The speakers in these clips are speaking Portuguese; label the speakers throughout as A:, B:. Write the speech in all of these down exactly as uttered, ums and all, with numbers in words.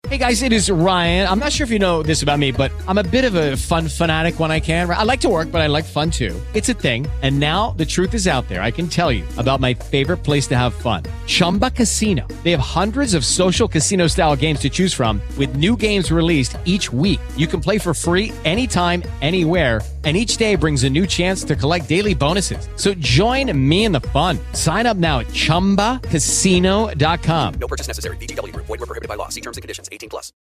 A: Hey guys, it is Ryan. I'm not sure if you know this about me, but I'm a bit of a fun fanatic when I can. I like to work, but I like fun too. It's a thing. And now the truth is out there. I can tell you about my favorite place to have fun. Chumba Casino. They have hundreds of social casino style games to choose from with new games released each week. You can play for free anytime, anywhere. And each day brings a new chance to collect daily bonuses. So join me in the fun. Sign up now at chumba casino dot com.
B: No purchase necessary. V G W. Void where prohibited by law. See terms and conditions. eighteen plus.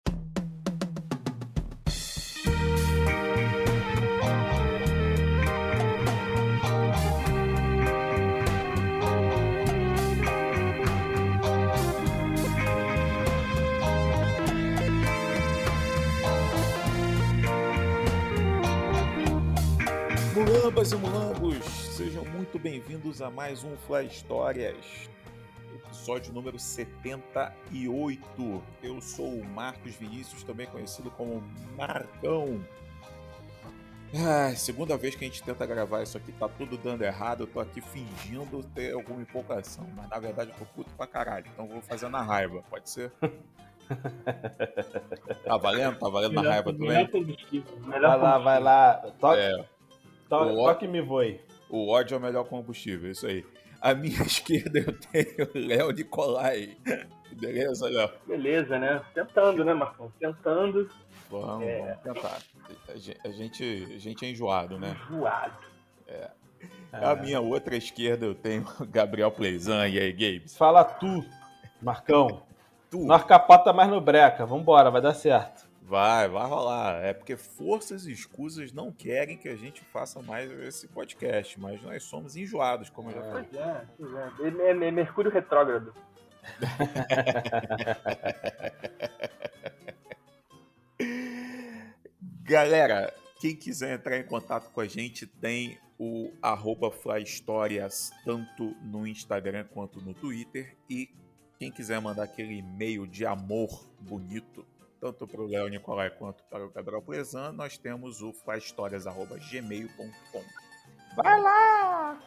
C: Mulambas e mulambos, sejam muito bem-vindos a mais um Fly Histórias, episódio número setenta e oito. Eu sou o Marcos Vinícius, também conhecido como Marcão. Ah, segunda vez que a gente tenta gravar isso aqui, tá tudo dando errado. Eu tô aqui fingindo ter alguma empolgação, mas na verdade eu tô puto pra caralho, então eu vou fazer na raiva, pode ser? Tá valendo? Tá valendo na raiva também?
D: Vai lá, vai lá. Toque,
C: É.
D: to,
C: O-
D: toque me voe.
C: O ódio é o melhor combustível, isso aí. À minha esquerda eu tenho o Léo Nicolai. Beleza, Léo?
E: Beleza, né? Tentando, né, Marcão? Tentando.
C: Vamos,
E: É.
C: vamos tentar. A gen- a gente, a gente é enjoado, né?
E: Voado.
C: À minha outra esquerda eu tenho o Gabriel Pleizan. E aí, Gabes?
D: Fala tu, Marcão.
C: Tu,
D: Nós capota mais no breca. Vambora, vai dar certo.
C: vai, vai rolar. É porque forças e escusas não querem que a gente faça mais esse podcast, mas nós somos enjoados, como eu já falei.
E: Pois é, pois é. Ele é- é Mercúrio retrógrado.
C: Galera, quem quiser entrar em contato com a gente tem o arroba Fly Histórias tanto no Instagram quanto no Twitter. E quem quiser mandar aquele e-mail de amor bonito, tanto para o Léo Nicolai quanto para o Gabriel Plezan, nós temos o flyhistórias arroba gmail ponto com.
D: Vai lá!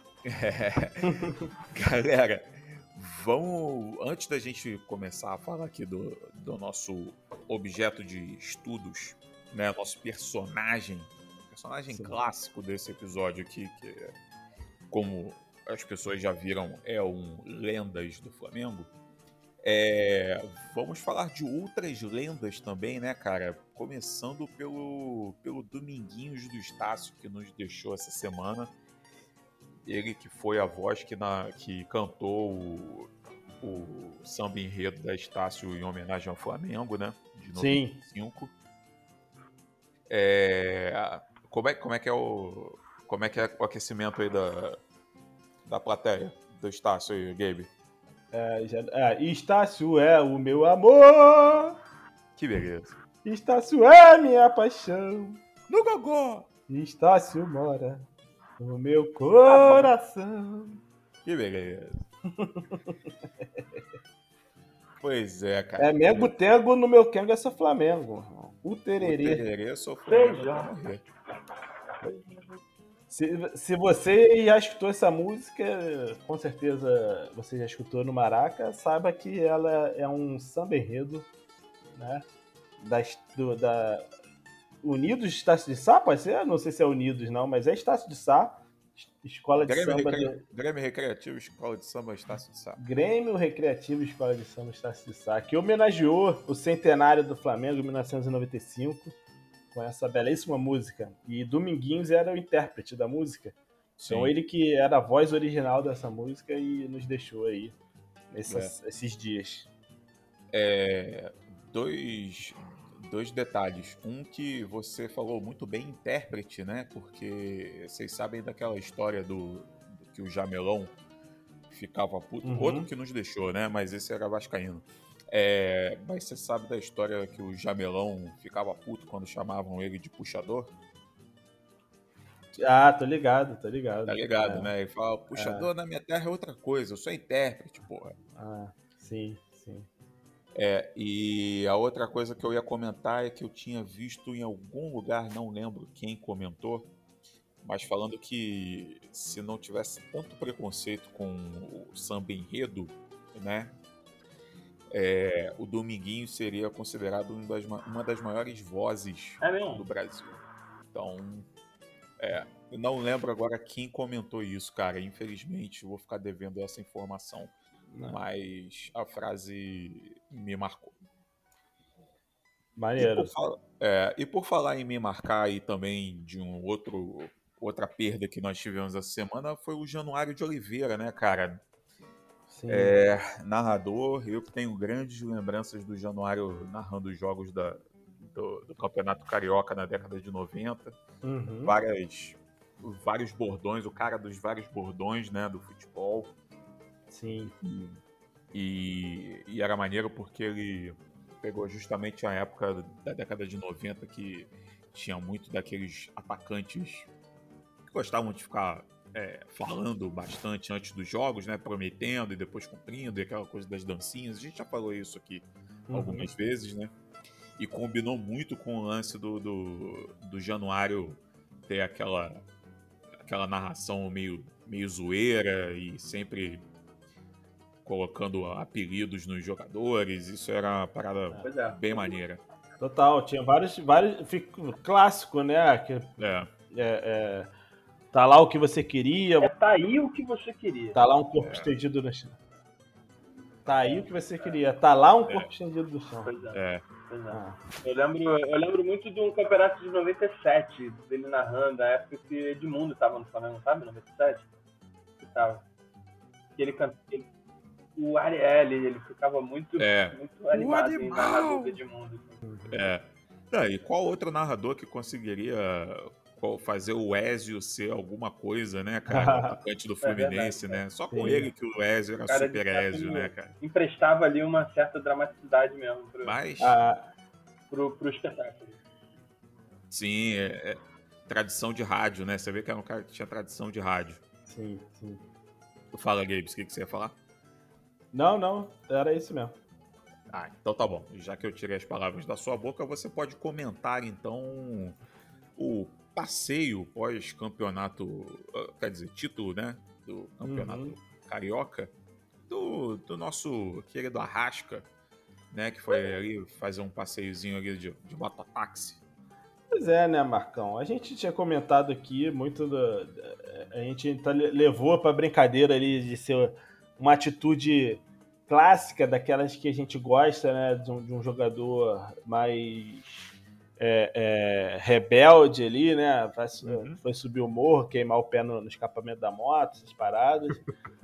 C: Galera, vamos, antes da gente começar a falar aqui do, do nosso objeto de estudos, né, nosso personagem, personagem
D: Sim.
C: clássico desse episódio aqui, que, como as pessoas já viram, é um Lendas do Flamengo. É, vamos falar de outras lendas também, né, cara? Começando pelo, pelo Dominguinhos do Estácio, que nos deixou essa semana. Ele que foi a voz que, na, que cantou o, o samba enredo da Estácio em homenagem ao Flamengo, né? De
D: Sim.
C: noventa e cinco. É, como, é, como é que é o como é que é o aquecimento aí da, da plateia do Estácio aí, Gabe?
D: É, já, é, Estácio é o meu amor.
C: Que beleza.
D: Estácio é minha paixão.
C: No gogó!
D: Estácio mora no meu coração.
C: Que beleza. Pois é, cara.
D: É Mengo Tengo no meu Kengo é só Flamengo. irmão. O
C: O
D: tererê.
C: tererê sou Flamengo
E: Feijão.
C: até morrer.
D: Se, se você já escutou essa música, com certeza você já escutou no Maraca, saiba que ela é um samba enredo, né? Da, do, da Unidos de Estácio de Sá, pode ser? Não sei se é Unidos não, mas é Estácio de Sá, Escola de
C: Grêmio,
D: Samba
C: Recre...
D: de...
C: Grêmio Recreativo, Escola de Samba, Estácio de Sá.
D: Grêmio Recreativo Escola de Samba Estácio de Sá, que homenageou o centenário do Flamengo em mil novecentos e noventa e cinco com essa belíssima música. E Dominguinhos era o intérprete da música. Então
C: Sim.
D: ele que era a voz original dessa música e nos deixou aí nesses, esses dias.
C: É, dois, dois detalhes. Um que você falou muito bem, intérprete, né? Porque vocês sabem daquela história do, do que o Jamelão ficava puto.
D: Uhum.
C: Outro que nos deixou, né? Mas esse era vascaíno. É, mas você sabe da história que o Jamelão ficava puto quando chamavam ele de puxador?
D: Ah, tô ligado, tô ligado.
C: Tá ligado,
D: É.
C: né? Ele fala, puxador na minha terra é outra coisa, eu sou intérprete, porra.
D: Ah, sim, sim.
C: É, e a outra coisa que eu ia comentar é que eu tinha visto em algum lugar, não lembro quem comentou, mas falando que se não tivesse tanto preconceito com o samba enredo, né? é, o Dominguinho seria considerado uma das, ma- uma das maiores vozes
E: É mesmo?
C: do Brasil. Então, é, eu não lembro agora quem comentou isso, cara. Infelizmente, eu vou ficar devendo essa informação.
D: Não.
C: Mas a frase me marcou. E
D: Maneiro.
C: por, fal- é, e por falar em me marcar e também de um outro, outra perda que nós tivemos essa semana foi o Januário de Oliveira, né, cara?
D: Sim.
C: É, narrador, eu que tenho grandes lembranças do Januário narrando os jogos da, do, do Campeonato Carioca na década de noventa.
D: Uhum.
C: Várias, vários bordões, o cara dos vários bordões, né, do futebol.
D: Sim.
C: E, e era maneiro porque ele pegou justamente a época da década de noventa que tinha muito daqueles atacantes que gostavam de ficar é, falando bastante antes dos jogos, né? Prometendo e depois cumprindo, e aquela coisa das dancinhas. A gente já falou isso aqui
D: Uhum.
C: algumas vezes, né? E combinou muito com o lance do, do, do Januário ter aquela, aquela narração meio, meio zoeira e sempre colocando apelidos nos jogadores. Isso era uma parada
E: Pois é.
C: bem maneira.
D: Total, tinha vários, vários fico- clássico, né? Que, é,
C: É,
D: é, tá lá o que você queria,
E: É, tá aí o que você queria.
D: tá lá um corpo estendido no chão. Tá aí o que você queria, tá lá um corpo estendido no chão.
E: Pois é.
C: é.
E: Pois é.
D: Ah,
E: Eu lembro, eu lembro muito de um campeonato de noventa e sete, dele narrando, a época que Edmundo tava no Flamengo, sabe? noventa e sete? Que tava. Que ele cantava. O Ariel, ele ficava muito,
C: É.
E: muito animado em
C: animal!
E: narrador do Edmundo.
C: É. Ah, e qual outro narrador que conseguiria qual- fazer o Ezio ser alguma coisa, né, cara? O atacante do Fluminense,
E: verdade,
C: né? Só com
D: Sim.
C: ele que o Ezio era
E: Cara,
C: super
E: de fato,
C: Ezio, né, cara?
E: Emprestava ali uma certa dramaticidade mesmo pro,
C: Mas,
D: ah,
E: pro, pro espetáculo.
C: sim, é, é tradição de rádio, né? Você vê que era um cara que tinha tradição de rádio.
D: sim, sim.
C: Fala, Gabes, o que, que você ia falar?
D: Não, não, era isso mesmo.
C: Ah, então tá bom. Já que eu tirei as palavras da sua boca, você pode comentar, então, o passeio pós-campeonato, uh, quer dizer, título, né, do campeonato
D: Uhum.
C: carioca, do, do nosso querido Arrasca, né, que foi ali fazer um passeiozinho ali de, de mototáxi.
D: Pois é, né, Marcão? A gente tinha comentado aqui muito do. A gente tá- levou pra brincadeira ali de ser uma atitude clássica daquelas que a gente gosta, né? De um, de um jogador mais é, é, rebelde ali, né? Vai su-
C: Uhum.
D: Foi subir o morro, queimar o pé no, no escapamento da moto, essas paradas.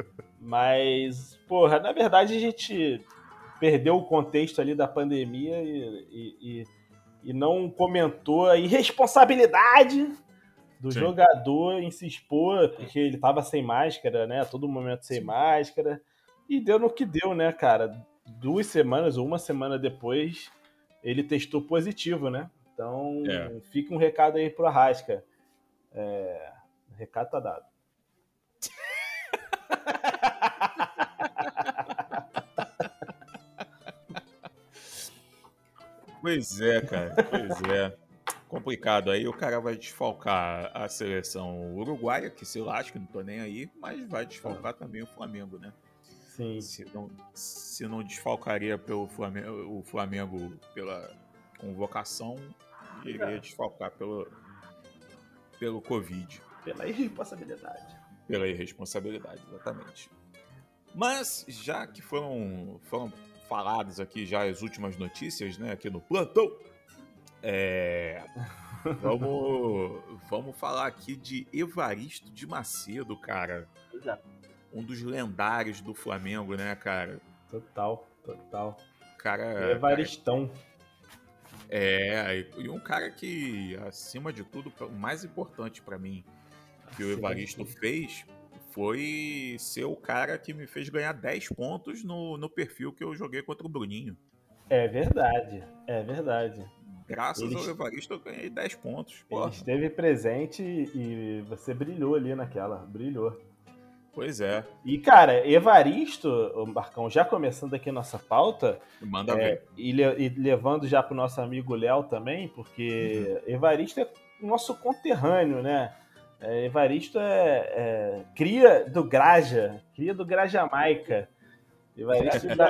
D: Mas, porra, na verdade a gente perdeu o contexto ali da pandemia e- e- e e não comentou a irresponsabilidade do
C: Sim.
D: jogador em se expor, porque ele tava sem máscara, né? A todo momento sem
C: Sim.
D: máscara. E deu no que deu, né, cara? Duas semanas ou uma semana depois, ele testou positivo, né? Então,
C: É.
D: fica um recado aí pro Arrasca. É, o recado tá dado.
C: Pois é, cara, pois é. Complicado. Aí o cara vai desfalcar a seleção uruguaia, que se lasca, não tô nem aí, mas vai desfalcar também o Flamengo, né?
D: Sim.
C: Se não, se não desfalcaria pelo Flamengo, o Flamengo pela convocação, iria desfalcar pelo, pelo Covid.
D: Pela irresponsabilidade.
C: Pela irresponsabilidade, exatamente. Mas, já que foram, foram faladas aqui já as últimas notícias, né, aqui no plantão, é, vamos, vamos falar aqui de Evaristo de Macedo, cara.
E: Pois é.
C: Um dos lendários do Flamengo, né, cara?
D: Total, total.
C: Cara,
D: Evaristão.
C: É, e um cara que, acima de tudo, o mais importante pra mim que o Evaristo fez foi ser o cara que me fez ganhar dez pontos no, no perfil que eu joguei contra o Bruninho.
D: É verdade, é verdade.
C: Graças
D: Ele-
C: ao Evaristo eu ganhei dez pontos.
D: Ele
C: Porra.
D: esteve presente e você brilhou ali naquela, brilhou.
C: Pois é,
D: E, cara, Evaristo, ô Marcão, já começando aqui nossa pauta,
C: manda
D: é,
C: ver.
D: e, le- e levando já pro nosso amigo Léo também, porque Evaristo é o nosso conterrâneo, né? É, Evaristo é, é cria do Graja, cria do Grajamaica. Evaristo da,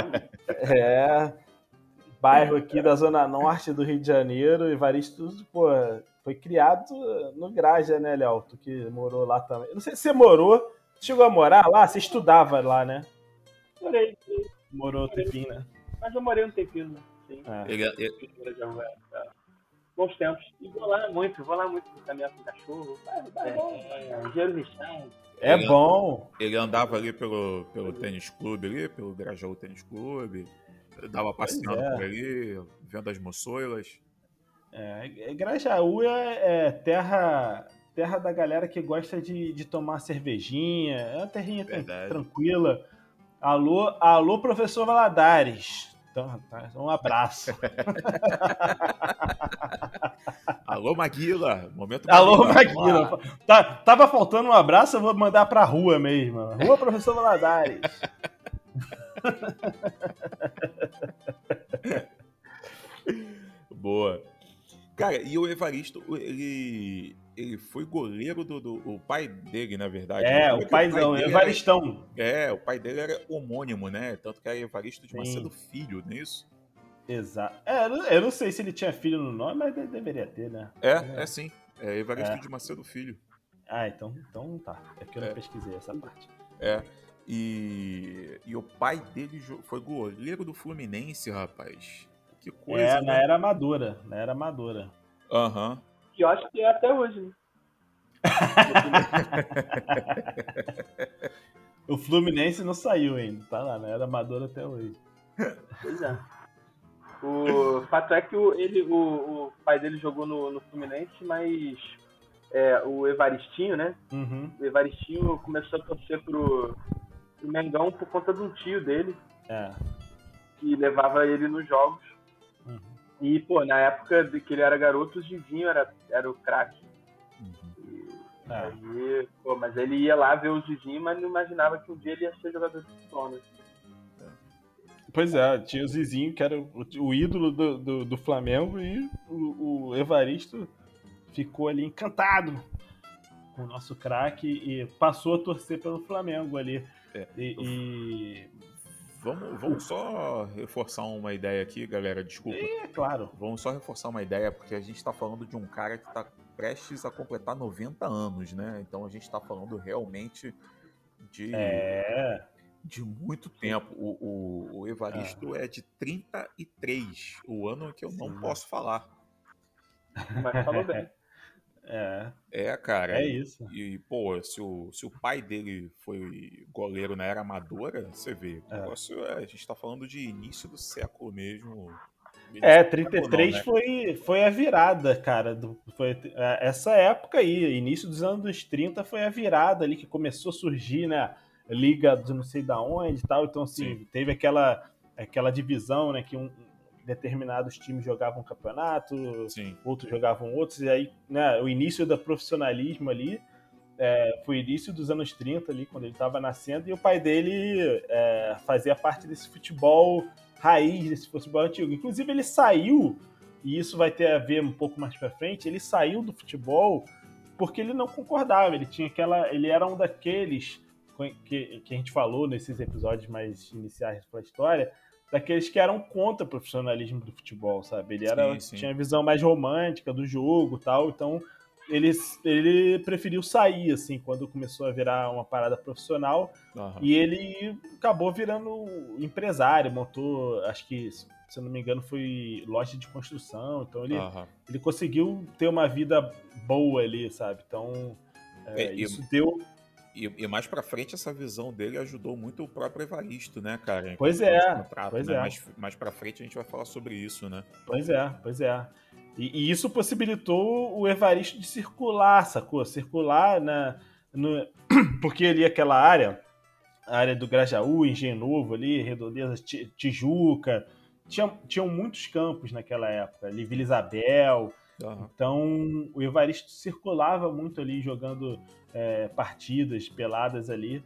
D: É, bairro aqui da Zona Norte do Rio de Janeiro, Evaristo, pô, foi criado no Graja, né, Léo? Tu que morou lá também. Não sei se você morou, chegou a morar lá? Você estudava lá, né?
E: Morei,
D: Morou um tempinho, né?
E: mas eu morei um tempinho, né? Sim.
D: É.
C: Ele, ele,
E: Bons tempos. E vou lá muito, vou lá muito caminhar com o cachorro. Vai, vai, bom. Dinheiro lixado.
D: É
C: Ele-
D: bom.
C: ele andava ali pelo, pelo tênis clube ali, pelo Grajaú Tênis Clube. Dava passeando
D: é.
C: por ali, vendo as moçoilas.
D: É, Grajaú é, é terra, terra da galera que gosta de, de tomar cervejinha. É uma terrinha tran-
C: Verdade.
D: tranquila. Alô, alô, professor Valadares. Então, tá, um abraço.
C: Alô, Maguila! Momento
D: Alô,
C: Maguila.
D: Maguila. Tá, tava faltando um abraço, eu vou mandar pra rua mesmo. Rua, professor Valadares.
C: Boa. Cara, e o Evaristo, ele, ele foi goleiro do, do o pai dele, na verdade.
D: É,
C: né?
D: o paizão,
C: pai dele
D: Evaristão.
C: era- É, o pai dele era homônimo, né? Tanto que era Evaristo de
D: Sim.
C: Macedo Filho, não é isso?
D: Exato. É, eu não- eu não sei se ele tinha filho no nome, mas de- deveria ter, né?
C: É, é sim. É Evaristo
D: É.
C: de Macedo Filho.
D: Ah, então, então tá. É que eu não
C: É.
D: pesquisei essa parte.
C: É. E, e o pai dele jo- foi goleiro do Fluminense, rapaz. Que coisa,
D: é, na
C: né?
D: era amadora. Na era amadora.
C: Aham.
E: Que eu acho que é até hoje, né?
D: O Fluminense não saiu ainda, tá lá, na era amadora até hoje.
E: Pois é. O fato é que o, ele, o, o pai dele jogou no, no Fluminense, mas é, o Evaristinho, né?
D: Uhum.
E: O Evaristinho começou a torcer pro, pro Mengão por conta de um tio dele,
D: É.
E: que levava ele nos jogos.
D: Uhum.
E: E, pô, na época de que ele era garoto, o Zizinho era, era o craque.
D: É.
E: Aí, pô, mas ele ia lá ver o Zizinho, mas não imaginava que um dia ele ia ser jogador de futebol, né?
D: Pois é, tinha o Zizinho, que era o, o ídolo do, do, do Flamengo, e o, o Evaristo ficou ali encantado com o nosso craque e passou a torcer pelo Flamengo ali.
C: É.
D: E, e-
C: Vamos, vamos só reforçar uma ideia aqui, galera. Desculpa.
D: e, é claro,
C: Vamos só reforçar uma ideia, porque a gente está falando de um cara que está prestes a completar noventa anos, né? Então a gente está falando realmente de,
D: é.
C: de muito tempo. O, o, o Evaristo é de trinta e três, o ano que eu não
D: Sim.
C: posso falar.
E: Mas falou bem.
D: É,
C: É, cara.
D: é
C: e-
D: isso.
C: E, pô, se o, se o pai dele foi goleiro na era amadora, você vê. O
D: É.
C: negócio é, a gente tá falando de início do século mesmo.
D: É,
C: Início do
D: trinta e
C: século
D: três
C: não, né?
D: foi, foi a virada, cara. Do, foi, é, essa época aí, início dos anos trinta, foi a virada ali que começou a surgir, né? Liga de não sei da onde e tal. Então, assim,
C: Sim.
D: teve aquela, aquela divisão, né? Que um, determinados times jogavam campeonato,
C: Sim.
D: outros jogavam outros. E aí, né? O início do profissionalismo ali é, foi o início dos anos trinta ali, quando ele estava nascendo. E o pai dele é, fazia parte desse futebol raiz, desse futebol antigo. Inclusive, ele saiu, e isso vai ter a ver um pouco mais pra frente, ele saiu do futebol porque ele não concordava. Ele tinha aquela. Ele era um daqueles que, que a gente falou nesses episódios mais iniciais da história, daqueles que eram contra o profissionalismo do futebol, sabe? Ele era,
C: Sim, sim.
D: tinha a visão mais romântica do jogo e tal, então ele, ele preferiu sair, assim, quando começou a virar uma parada profissional.
C: Aham.
D: E ele acabou virando empresário, montou, acho que, se eu não me engano, foi loja de construção. Então ele,
C: Aham.
D: ele conseguiu ter uma vida boa ali, sabe? Então é,
C: É, e-
D: isso deu.
C: E, e mais pra frente, essa visão dele ajudou muito o próprio Evaristo, né, cara? Em
D: Pois
C: questão
D: é,
C: de contrato,
D: pois
C: né?
D: é.
C: Mais, mais pra frente a gente vai falar sobre isso, né?
D: Pois é, pois é. E, e isso possibilitou o Evaristo de circular, sacou? Circular na, no, porque ali aquela área, a área do Grajaú, Engenho Novo ali, Redondezas, Ti- Tijuca, tinha, tinham muitos campos naquela época, ali Vila Isabel.
C: Aham.
D: Então o Evaristo circulava muito ali, jogando é, partidas, peladas ali.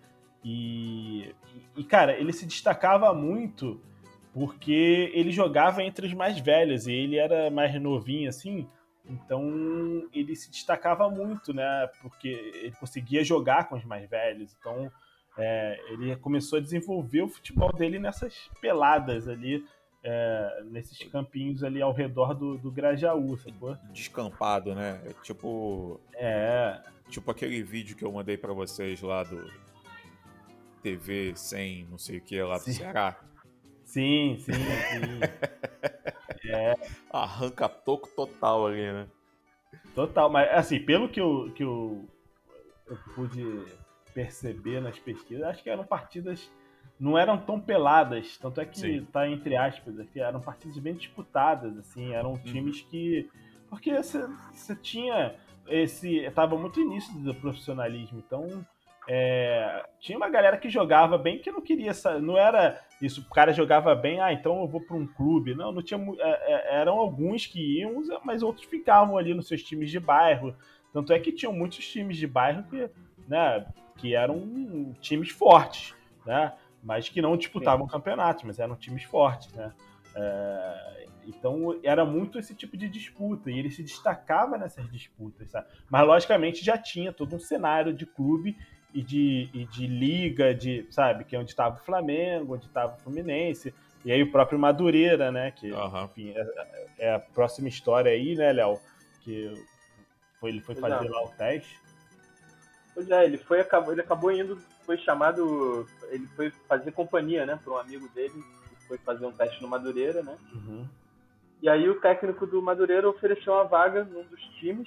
D: E, e, cara, ele se destacava muito porque ele jogava entre os mais velhos e ele era mais novinho assim. Então ele se destacava muito, né? Porque ele conseguia jogar com os mais velhos. Então É, ele começou a desenvolver o futebol dele nessas peladas ali, é, nesses campinhos ali ao redor do, do Grajaú, sacou?
C: Descampado, né? É tipo.
D: É.
C: Tipo aquele vídeo que eu mandei pra vocês lá do T V sem não sei o que lá do
D: Sim.
C: Ceará.
D: Sim, sim, sim. É.
C: Arranca toco total ali, né?
D: Total, mas assim, pelo que eu, que eu, eu pude perceber nas pesquisas, acho que eram partidas, não eram tão peladas, tanto é que
C: Sim.
D: tá entre aspas aqui, eram partidas bem disputadas, assim, eram times que, porque você tinha esse, tava muito início do profissionalismo, então é, tinha uma galera que jogava bem que não queria, não era isso, o cara jogava bem, ah, então eu vou para um clube, não, não tinha, é, eram alguns que iam, mas outros ficavam ali nos seus times de bairro, tanto é que tinham muitos times de bairro que, né, que eram times fortes, né, mas que não disputavam campeonatos, mas eram times fortes, né, é, então era muito esse tipo de disputa, e ele se destacava nessas disputas, sabe? Mas logicamente já tinha todo um cenário de clube e de, e de liga, de, sabe, que é onde estava o Flamengo, onde estava o Fluminense, e aí o próprio Madureira, né, que, uhum. enfim, é, é a próxima história aí, né, Léo, que foi, ele foi fazer lá o teste.
E: Pois é, ele, foi, acabou, ele acabou indo, foi chamado, ele foi fazer companhia, né, para um amigo dele, que foi fazer um teste no Madureira, né,
D: uhum.
E: E aí o técnico do Madureira ofereceu uma vaga num dos times.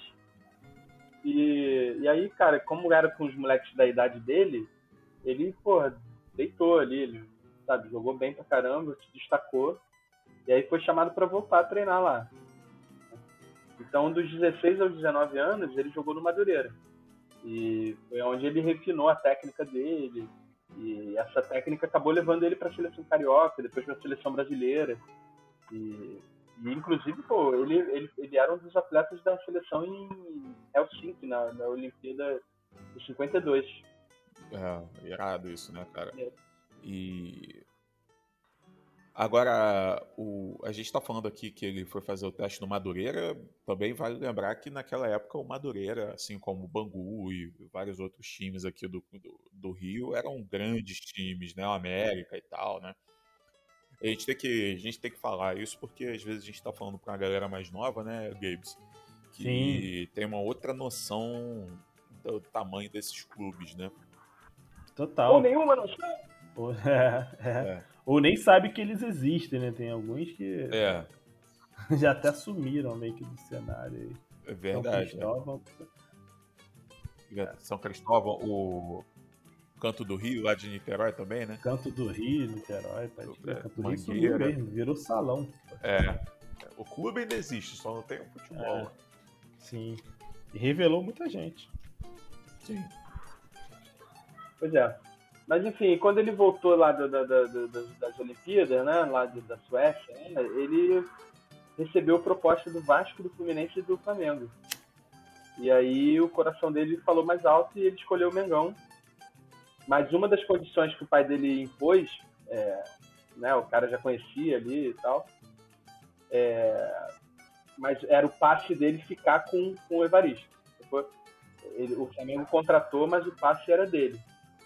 E: E, e aí, cara, como era com os moleques da idade dele, ele, porra, deitou ali, ele, sabe, jogou bem pra caramba, se destacou. E aí foi chamado pra voltar a treinar lá. Então, dos dezesseis aos dezenove anos, ele jogou no Madureira. E foi onde ele refinou a técnica dele. E essa técnica acabou levando ele pra seleção carioca, depois pra seleção brasileira. E... E, inclusive, pô, ele, ele, ele era um dos atletas da seleção em Helsinki, na, na Olimpíada de cinquenta e dois.
C: É, irado isso, né, cara?
E: É.
C: E... Agora, o... a gente tá falando aqui que ele foi fazer o teste no Madureira, também vale lembrar que naquela época o Madureira, assim como o Bangu e vários outros times aqui do, do, do Rio, eram grandes times, né, o América e tal, né? A gente, tem que, a gente tem que falar isso porque às vezes a gente tá falando pra uma galera mais nova, né, Gabes? Que Sim. tem uma outra noção do tamanho desses clubes, né?
D: Total.
E: Ou nenhuma noção.
D: Ou, é, é. É. Ou nem sabe que eles existem, né? Tem alguns que
C: é.
D: já até sumiram meio que do cenário aí.
C: É verdade.
D: São Cristóvão.
C: É. São Cristóvão, o... Canto do Rio, lá de Niterói também, né?
D: Canto do Rio, Niterói, pode
C: é,
D: Canto do Rio sumiu mesmo, virou salão.
C: É, o clube ainda existe, só não tem o futebol.
D: É, sim, e revelou muita gente.
C: Sim.
E: Pois é. Mas enfim, quando ele voltou lá da, da, da, das, das Olimpíadas, né, lá de, da Suécia, né, ele recebeu proposta do Vasco, do Fluminense e do Flamengo. E aí o coração dele falou mais alto e ele escolheu o Mengão. Mas uma das condições que o pai dele impôs, é, né, o cara já conhecia ali e tal, é, mas era o passe dele ficar com, com o Evaristo. Ele, o Flamengo contratou, mas o passe era dele.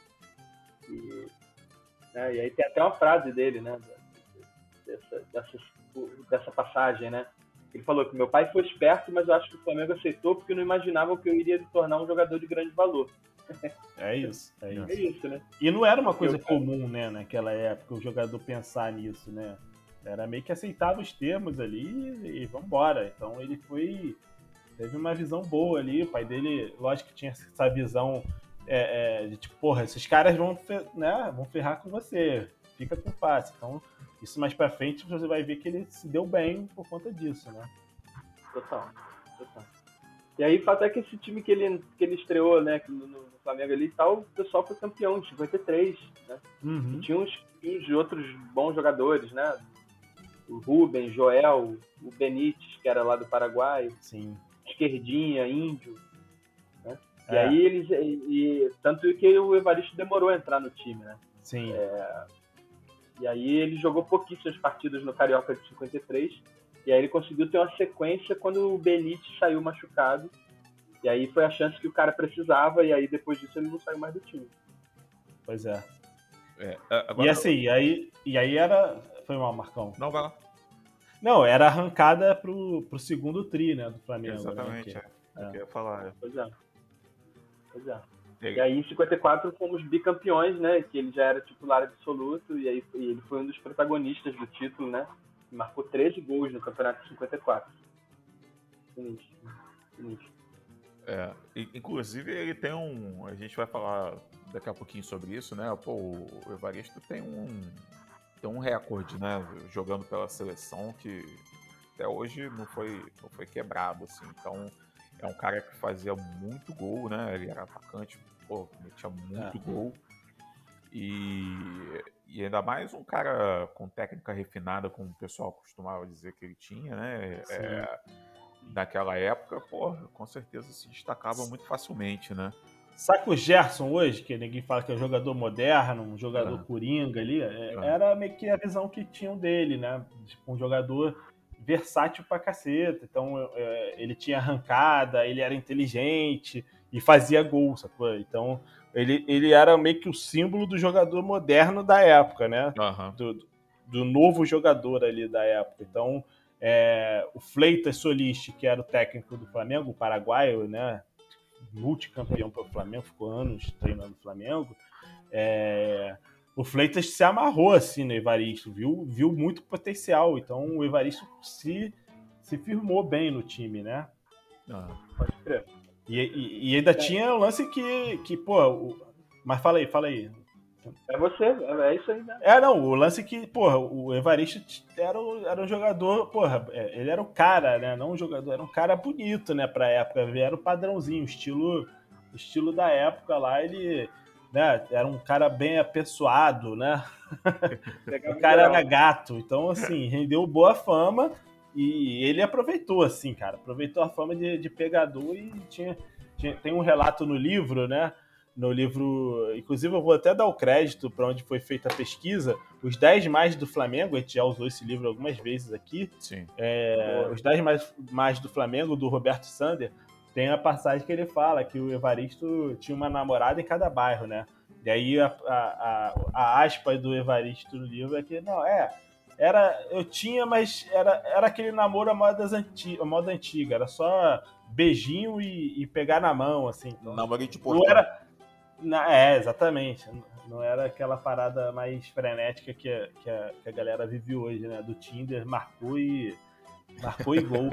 E: E, né, e aí tem até uma frase dele, né, dessa, dessa, dessa passagem, né? Ele falou que meu pai foi esperto, mas eu acho que o Flamengo aceitou porque não imaginava que eu iria me tornar um jogador de grande valor.
D: É isso, é isso.
E: É isso, né?
D: E não era uma coisa eu, comum, né, naquela época, o jogador pensar nisso, né? Era meio que aceitava os termos ali e, e vambora. Então ele foi... Teve uma visão boa ali, o pai dele, lógico que tinha essa visão é, é, de tipo, porra, esses caras vão, né, vão ferrar com você, fica com passe. Então, isso mais pra frente você vai ver que ele se deu bem por conta disso, né?
E: Total, total. E aí, o fato é que esse time que ele, que ele estreou, né, no, no Flamengo ali e tal, o pessoal foi campeão em cinquenta e três, né?
D: Uhum.
E: E tinha uns, uns outros bons jogadores, né? O Rubens, Joel, o Benítez, que era lá do Paraguai.
D: Sim.
E: Esquerdinha, Índio. Né?
D: É.
E: E aí eles. E, e, tanto que o Evaristo demorou a entrar no time, né?
D: Sim.
E: É, e aí ele jogou pouquíssimas partidas no Carioca de cinquenta e três. E aí ele conseguiu ter uma sequência quando o Benítez saiu machucado. E aí foi a chance que o cara precisava, e aí depois disso ele não saiu mais do time.
D: pois é.
C: É, agora...
D: E assim, e aí, e aí era... Foi mal, Marcão.
C: Não, vai lá.
D: Não, era arrancada pro, pro segundo tri, né, do Flamengo.
C: Exatamente,
D: né,
C: é. É o que eu ia falar. É.
E: Pois é. Pois é.
C: E-
E: E aí em cinquenta e quatro fomos bicampeões, né? Que ele já era titular absoluto e aí e ele foi um dos protagonistas do título, né? Marcou treze gols no campeonato de cinquenta e quatro. Sinistro. Sinistro.
C: É, e, inclusive ele tem um. A gente vai falar daqui a pouquinho sobre isso, né? Pô, o Evaristo tem um. Tem um recorde, né? Jogando pela seleção que até hoje não foi, não foi quebrado, assim. Então é um cara que fazia muito gol, né? Ele era atacante, pô, metia muito
D: É.
C: gol. E, e ainda mais um cara com técnica refinada, como o pessoal costumava dizer que ele tinha, né?
D: Sim.
C: É, naquela época, pô, com certeza se destacava muito facilmente, né?
D: Saca o Gerson hoje, que ninguém fala que é um jogador moderno, um jogador
C: É.
D: coringa ali, é,
C: É.
D: era meio que a visão que tinham dele, né? Tipo, um jogador versátil pra caceta. Então, é, ele tinha arrancada, ele era inteligente e fazia gol, sacou? Então, ele, ele era meio que o símbolo do jogador moderno da época, né?
C: Aham.
D: Do, do novo jogador ali da época. Então, é, o Fleitas Solis, que era o técnico do Flamengo, o paraguaio, né? Multicampeão pelo Flamengo, ficou anos treinando o Flamengo. É, o Fleitas se amarrou assim no Evaristo, viu, viu muito potencial. Então o Evaristo se, se firmou bem no time, né?
C: Aham.
E: Pode crer.
D: E, e, e ainda tinha o lance que, que pô, o, mas fala aí, fala aí.
E: É você, é isso aí, né?
D: É, não, o lance que, porra, o Evaristo era, o- era um jogador, porra, é, ele era o cara, né? Não um jogador, era um cara bonito, né, pra época. Ele era o padrãozinho, o estilo, o estilo da época lá, ele, né, era um cara bem apessoado, né? O cara era gato, então, assim, rendeu boa fama e ele aproveitou, assim, cara, aproveitou a fama de, de pegador e tinha, tinha- tem um relato no livro, né? No livro, inclusive eu vou até dar o crédito para onde foi feita a pesquisa, os dez mais do Flamengo, a gente já usou esse livro algumas vezes aqui,
C: Sim.
D: é, os dez mais, mais do Flamengo, do Roberto Sander, tem a passagem que ele fala que o Evaristo tinha uma namorada em cada bairro, né? E aí a, a, a, a aspa do Evaristo no livro é que, não, é, era, eu tinha, mas era, era aquele namoro à moda, anti, à moda antiga, era só beijinho e, e pegar na mão, assim. Então,
C: Namorei de
D: não
C: portão.
D: era... Na- é, exatamente. Não era aquela parada mais frenética que a, que a, que a galera vive hoje, né? Do Tinder, marcou e... Marcou e gol.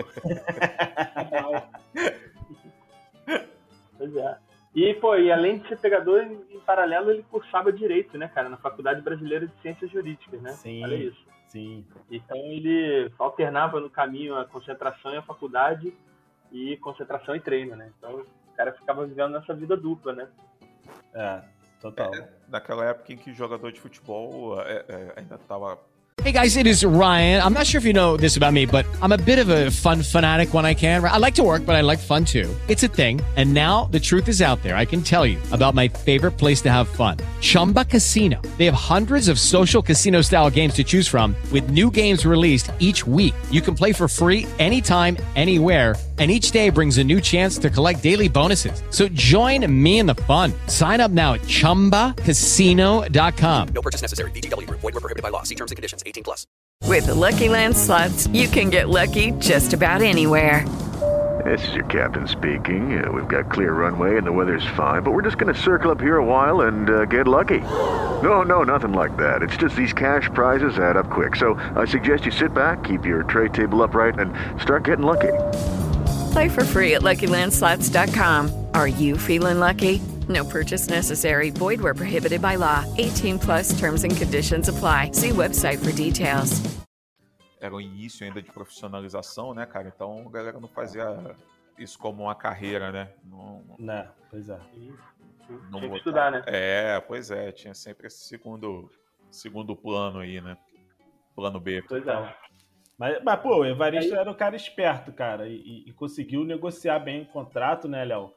E: Pois é. E, pô, e além de ser pegador, em, em paralelo ele cursava Direito, né, cara? Na Faculdade Brasileira de Ciências Jurídicas, né?
D: Sim.
E: Olha isso.
D: Sim.
E: Então ele alternava no caminho a concentração e a faculdade e concentração e treino, né? Então o cara ficava vivendo nessa vida dupla, né?
D: É, total.
C: Naquela época em que jogador de futebol é, é, ainda tava.
A: Hey guys, it is Ryan. I'm not sure if you know this about me, but I'm a bit of a fun fanatic when I can. I like to work, but I like fun too. It's a thing. And now the truth is out there. I can tell you about my favorite place to have fun. Chumba Casino. They have hundreds of social casino style games to choose from with new games released each week. You can play for free anytime, anywhere. And each day brings a new chance to collect daily bonuses. So join me in the fun. Sign up now at chumba casino dot com.
B: No purchase necessary. V G W Group. Void where prohibited by law. See terms and conditions. eighteen plus.
F: With the Lucky Land Slots, you can get lucky just about anywhere.
G: This is your captain speaking. Uh, we've got clear runway and the weather's fine, but we're just going to circle up here a while and uh, get lucky. No, no, nothing like that. It's just these cash prizes add up quick. So I suggest you sit back, keep your tray table upright, and start getting lucky.
F: Play for free at lucky land slots dot com. Are you feeling lucky? No purchase necessary. Void where prohibited by law. eighteen plus terms and conditions apply. See website for details.
C: Era o início ainda de profissionalização, né, cara? Então a galera não fazia isso como uma carreira, né? Não,
D: Né, pois é.
C: não
E: Tinha que
C: botava-
E: estudar, né?
C: É, pois é, tinha sempre esse segundo, segundo plano aí, né? Plano B.
E: Pois é.
D: Mas, mas, pô, o Evaristo era um cara esperto, cara, e, e conseguiu negociar bem o contrato, né, Léo?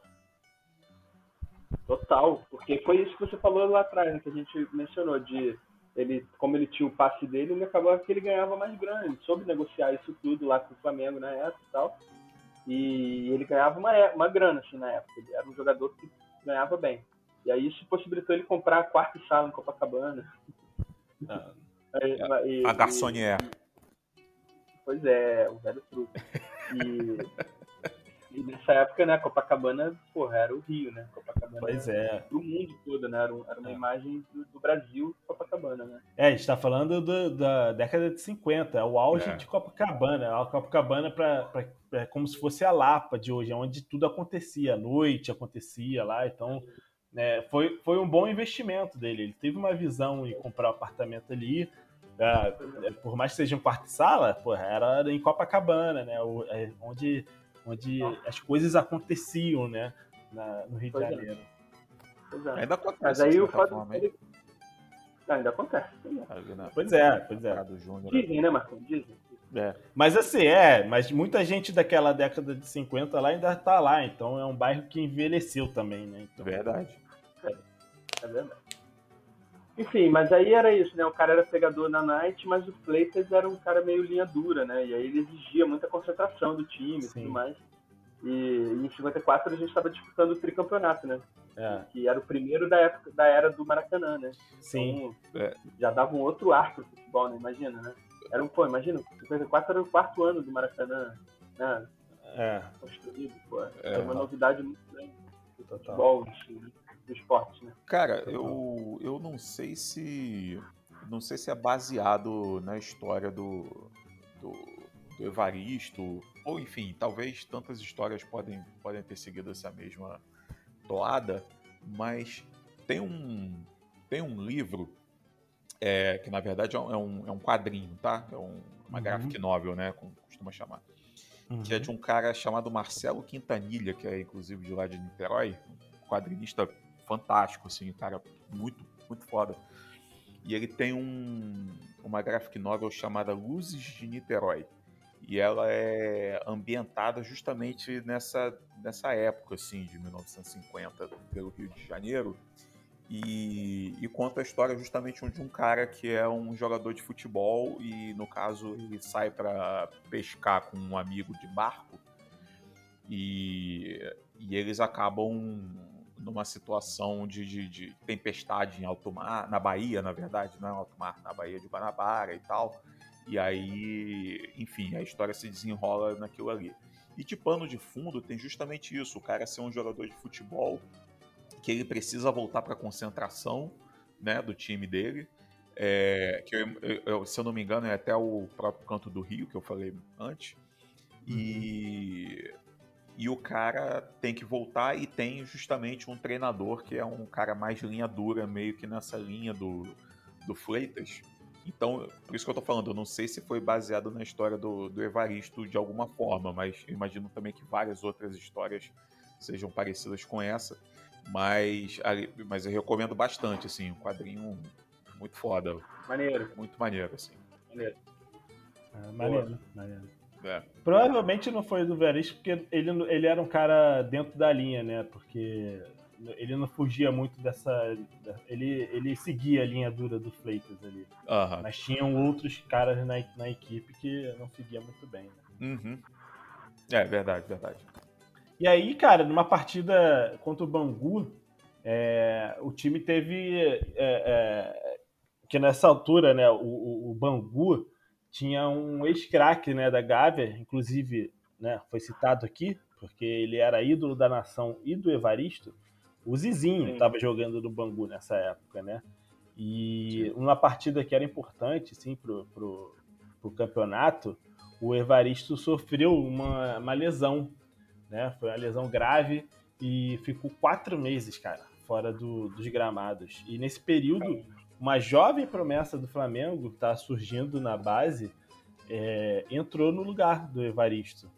E: Total, porque foi isso que você falou lá atrás, né, que a gente mencionou, de ele, como ele tinha o passe dele, ele acabava que ele ganhava mais grana, ele soube negociar isso tudo lá com o Flamengo na época e tal, e ele ganhava uma, uma grana, assim, na época, ele era um jogador que ganhava bem. E aí isso possibilitou ele comprar quarto e sala em Copacabana.
D: Ah,
E: E-
C: A
E: e-
C: garçonnière.
E: Pois é, o velho truque. E, e nessa época, né, Copacabana, porra, era o Rio, né? Copacabana
D: pois
E: era
D: é.
E: pro mundo todo, né? Era, um- era uma
D: É.
E: imagem do, do Brasil, Copacabana, né?
D: É, a gente tá falando do- da década de cinquenta, é o auge
C: É.
D: de Copacabana. A Copacabana pra, pra, é como se fosse a Lapa de hoje, onde tudo acontecia, a noite acontecia lá, então né, foi, foi um bom investimento dele. Ele teve uma visão em comprar um apartamento ali, é, é, por mais que seja um quarto e sala, porra, era em Copacabana, né, o- é, onde, onde as coisas aconteciam, né, na- no Rio de
E: Pois é.
D: Janeiro.
E: Pois é.
C: Ainda acontece,
E: Mas aí
C: de
E: o
C: certa
E: fato
C: forma,
E: ele...
C: hein?
E: Ah, ainda acontece. Né?
C: Ali na-
D: Pois é, pois
C: na
D: é.
C: Praia do Júnior, né?
E: Dizem, né, Marcão? Dizem.
C: É.
D: Mas assim, é, mas muita gente daquela década de cinquenta lá ainda tá lá, então é um bairro que envelheceu também, né? Então,
C: Verdade.
E: É verdade. Enfim, mas aí era isso, né? O cara era pegador na night, mas o Fleitas era um cara meio linha dura, né? E aí ele exigia muita concentração do time e
D: Sim.
E: tudo mais. E em cinquenta e quatro a gente estava disputando o tricampeonato, né?
D: é,
E: Que era o primeiro da época da era do Maracanã, né?
D: sim.
E: Então,
C: É.
E: já dava um outro ar pro futebol, né? Imagina, né? Era um, pô, imagina, cinquenta e quatro era o quarto ano do Maracanã, né?
D: É,
E: Construído, pô.
C: É.
E: Era uma novidade muito grande do
D: total.
E: futebol, do, do esporte, né?
C: Cara, eu, eu não sei se. Não sei se é baseado na história do, do, do Evaristo, ou enfim, talvez tantas histórias podem, podem ter seguido essa mesma toada, mas tem um, tem um livro é, que na verdade é um, é um quadrinho, tá? É um, uma
D: Uhum.
C: graphic novel, né? Como costuma chamar.
D: Uhum.
C: Que é de um cara chamado Marcelo Quintanilha, que é inclusive de lá de Niterói, um quadrinista fantástico, assim, um cara muito, muito foda. E ele tem um, uma graphic novel chamada Luzes de Niterói. E ela é ambientada justamente nessa, nessa época, assim, de mil novecentos e cinquenta, pelo Rio de Janeiro. E, e conta a história justamente de um cara que é um jogador de futebol e, no caso, ele sai para pescar com um amigo de barco e, e eles acabam numa situação de, de, de tempestade em alto mar, na Bahia, na verdade, não é alto mar, na Baía de Guanabara e tal. E aí, enfim, a história se desenrola naquilo ali. E de pano de fundo tem justamente isso, o cara ser um jogador de futebol que ele precisa voltar para a concentração, né, do time dele, é, que eu, eu, se eu não me engano é até o próprio Canto do Rio, que eu falei antes, e, e o cara tem que voltar e tem justamente um treinador que é um cara mais linha dura, meio que nessa linha do, do Fleitas. Então, por isso que eu tô falando, eu não sei se foi baseado na história do, do Evaristo de alguma forma, mas eu imagino também que várias outras histórias sejam parecidas com essa. Mas, mas eu recomendo bastante, assim, um quadrinho muito foda.
E: Maneiro.
C: Muito maneiro, assim.
E: Maneiro.
D: É, maneiro, maneiro.
C: É.
D: Provavelmente não foi do Evaristo, porque ele, ele era um cara dentro da linha, né? Porque ele não fugia muito dessa... Ele, ele seguia a linha dura do Fleitas ali.
C: Uhum.
D: Mas tinham outros caras na, na equipe que não seguia muito bem, né?
C: Uhum. É, verdade, verdade.
D: E aí, cara, numa partida contra o Bangu, é, o time teve... É, é, que nessa altura, né, o, o, o Bangu tinha um ex-craque, né, da Gávea, inclusive, né, foi citado aqui, porque ele era ídolo da nação e do Evaristo. O Zizinho estava jogando no Bangu nessa época, né? E Sim. uma partida que era importante, sim, pro, pro, pro campeonato, o Evaristo sofreu uma, uma lesão, né? Foi uma lesão grave e ficou quatro meses, cara, fora do, dos gramados. E nesse período, uma jovem promessa do Flamengo, que tá surgindo na base, é, entrou no lugar do Evaristo.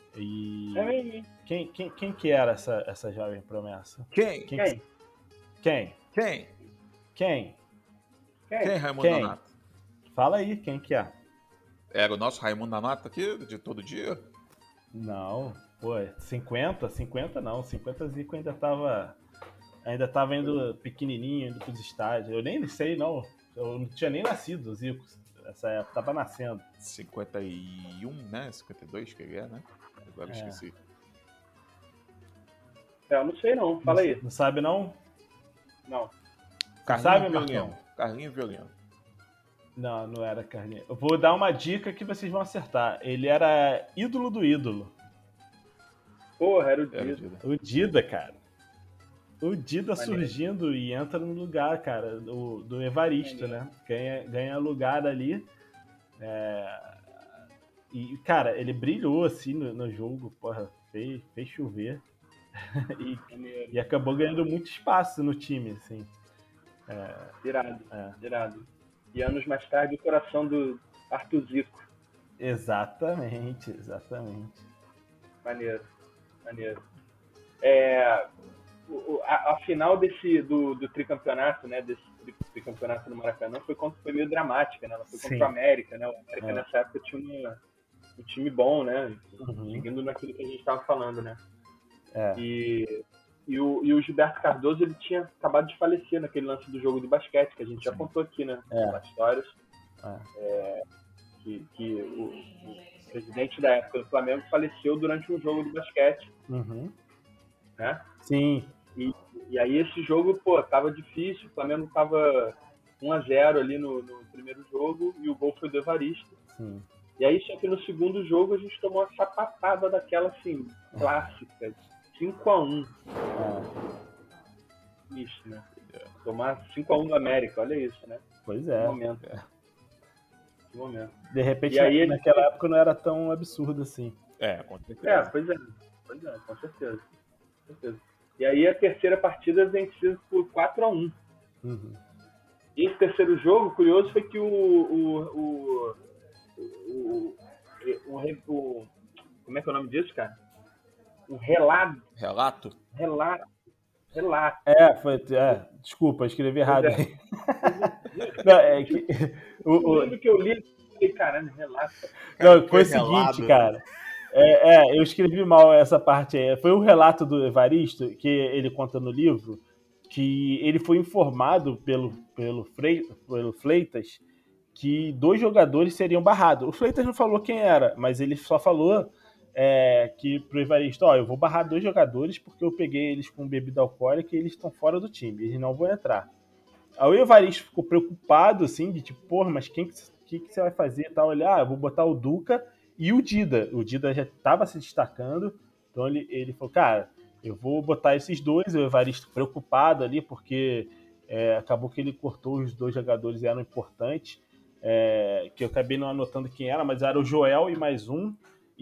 D: E
E: É
D: quem, quem, quem que era essa, essa jovem promessa?
C: Quem?
D: Quem?
E: Quem?
D: Quem?
C: Quem?
D: Quem?
C: Quem, Raimundo
D: Quem?
C: Nonato?
D: Fala aí, quem que é?
C: Era o nosso Raimundo Nonato aqui, de todo dia?
D: Não, pô, cinquenta? cinquenta não, cinquenta Zico ainda tava, ainda tava indo pequenininho, indo pros estádios. Eu nem sei, não, eu não tinha nem nascido o Zico nessa época, tava nascendo.
C: cinquenta e um, né? cinquenta e dois que ele é, né? Agora eu
D: É.
C: esqueci.
E: É, eu não sei não, fala
D: não,
E: aí.
D: Não sabe não?
E: Não.
D: Sabe,
C: Carlinhos
D: Marcão?
C: Violino. Carlinhos Violino.
D: Não, não era Carlinhos. Eu vou dar uma dica que vocês vão acertar. Ele era ídolo do ídolo.
E: Porra, era o
C: Era o
E: Dida.
C: Dida.
D: O Dida, cara. O Dida
E: Maneiro.
D: surgindo e entra no lugar, cara, do, do Evaristo, né? Ganha, ganha lugar ali. É, E, cara, ele brilhou, assim, no, no jogo. Porra, fez, fez chover. e,
E: Maneiro.
D: e acabou ganhando muito espaço no time, assim.
E: Irado,
D: É.
E: irado. E anos mais tarde, o coração do Arthur Zico.
D: Exatamente, exatamente.
E: Maneiro, maneiro. É, o- o- a, a final desse, do, do tricampeonato, né, desse tri- tricampeonato no Maracanã foi, contra, foi meio dramática, né? Ela foi contra
D: Sim.
E: o América, né? O América
D: É.
E: nessa época tinha uma- um time bom, né?
D: Uhum.
E: Seguindo naquilo que a gente estava falando, né?
D: É.
E: E, e, o, e o Gilberto Cardoso, ele tinha acabado de falecer naquele lance do jogo de basquete, que a gente já
C: Sim.
E: contou aqui, né?
D: É.
E: Nas histórias.
D: É.
E: É, que que o, o presidente da época do Flamengo faleceu durante um jogo de basquete,
D: Uhum.
E: né?
D: Sim.
E: E aí esse jogo, pô, tava difícil, o Flamengo tava um a zero ali no, no primeiro jogo e o gol foi do Evaristo.
D: Sim.
E: E aí, só que no segundo jogo a gente tomou uma sapatada daquela, assim, clássica, cinco a um.
D: É.
E: Isso, né? Tomar cinco a um do América, olha isso, né?
D: Pois
E: Que
D: é.
E: momento. Que momento.
D: De repente,
E: E aí ele-
D: naquela época não era tão absurdo assim.
C: É, com certeza.
E: É, pois é. Pois é, com certeza. Com certeza. E aí a terceira partida vencida por quatro a um.
D: Uhum.
E: E esse terceiro jogo, curioso, foi que o. o, o, o, o, o, o como é que é o nome disso, cara? O relato.
C: Relato?
E: Relato. Relato.
D: É, foi. É, desculpa, escrevi errado.
E: Pois
D: aí. Não, é que, o,
E: Eu
D: o-
E: lembro que eu li e falei, caralho, relato.
D: não,
C: Foi
D: foi o seguinte,
C: relado.
D: cara. É, é, eu escrevi mal essa parte aí. Foi o relato do Evaristo, que ele conta no livro, que ele foi informado pelo, pelo, Frei, pelo Fleitas que dois jogadores seriam barrados. O Fleitas não falou quem era, mas ele só falou é, que pro Evaristo, ó, eu vou barrar dois jogadores porque eu peguei eles com bebida alcoólica e eles estão fora do time, eles não vão entrar. Aí o Evaristo ficou preocupado, assim, de tipo, porra, mas quem que, que, que você vai fazer e tal? Ele, ah, eu vou botar o Duca e o Dida. O Dida já estava se destacando, então ele, ele falou, cara, eu vou botar esses dois. O Evaristo preocupado ali, porque é, acabou que ele cortou os dois jogadores, eram importantes, é, que eu acabei não anotando quem era, mas era o Joel e mais um,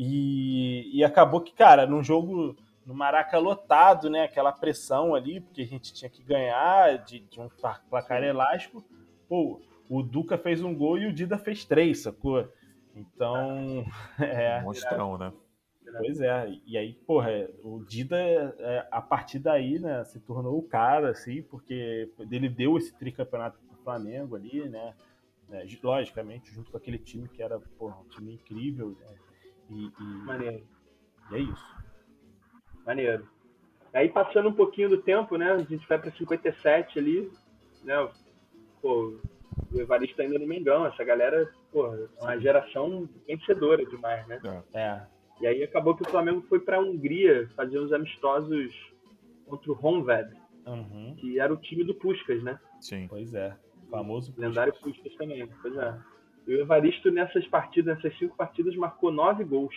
D: e, e acabou que, cara, num jogo no Maraca lotado, né, aquela pressão ali, porque a gente tinha que ganhar de, de um placar elástico, pô, o Duca fez um gol e o Dida fez três, sacou? Então, é,
C: Monstrão, né?
D: pois é, e aí, porra, o Dida, é, a partir daí, né, se tornou o cara, assim, porque ele deu esse tricampeonato pro Flamengo ali, né, né, logicamente, junto com aquele time que era, porra, um time incrível, né, e, e,
E: Maneiro.
D: e é isso.
E: Maneiro. Aí passando um pouquinho do tempo, né? A gente vai pra cinquenta e sete ali, né? Pô, o Evaristo ainda no Mengão, essa galera, pô, é uma geração vencedora demais, né?
D: É,
E: E aí acabou que o Flamengo foi pra Hungria fazer uns amistosos contra o Honved,
D: uhum,
E: que era o time do Puskás, né?
C: Sim.
D: pois é, famoso
E: O lendário Puskás também, pois é. E o Evaristo nessas partidas, nessas cinco partidas, marcou nove gols.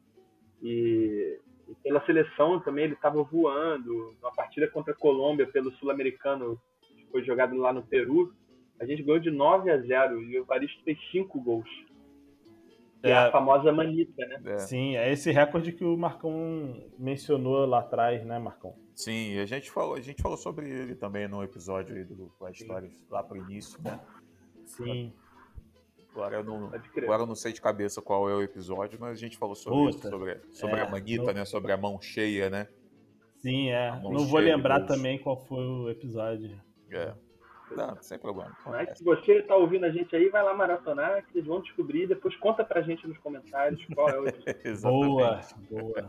E: E, e pela seleção também ele estava voando. Uma partida contra a Colômbia pelo Sul-Americano, que foi jogado lá no Peru, a gente ganhou de nove a zero e o Evaristo fez cinco gols. Que é,
D: É.
E: a famosa manita, né?
C: É.
D: Sim, é esse recorde que o Marcão mencionou lá atrás, né, Marcão?
C: Sim, e a gente falou, a gente falou sobre ele também no episódio aí do Flash Stories lá pro início, né?
D: Sim.
C: Agora eu, não,
E: Pode crer.
C: agora eu não sei de cabeça qual é o episódio, mas a gente falou sobre
D: Puta,
C: isso, sobre, sobre
D: é,
C: a manita,
D: não-
C: né? Sobre a mão cheia, né?
D: Sim, é.
C: A mão
D: Não vou
C: cheia de
D: lembrar
C: gols.
D: também qual foi o episódio.
C: É. Não, sem problema.
E: Mas se você tá ouvindo a gente aí, vai lá maratonar, que vocês vão descobrir e depois conta pra gente nos comentários qual é o episódio.
D: Boa,
C: Exatamente.
D: boa.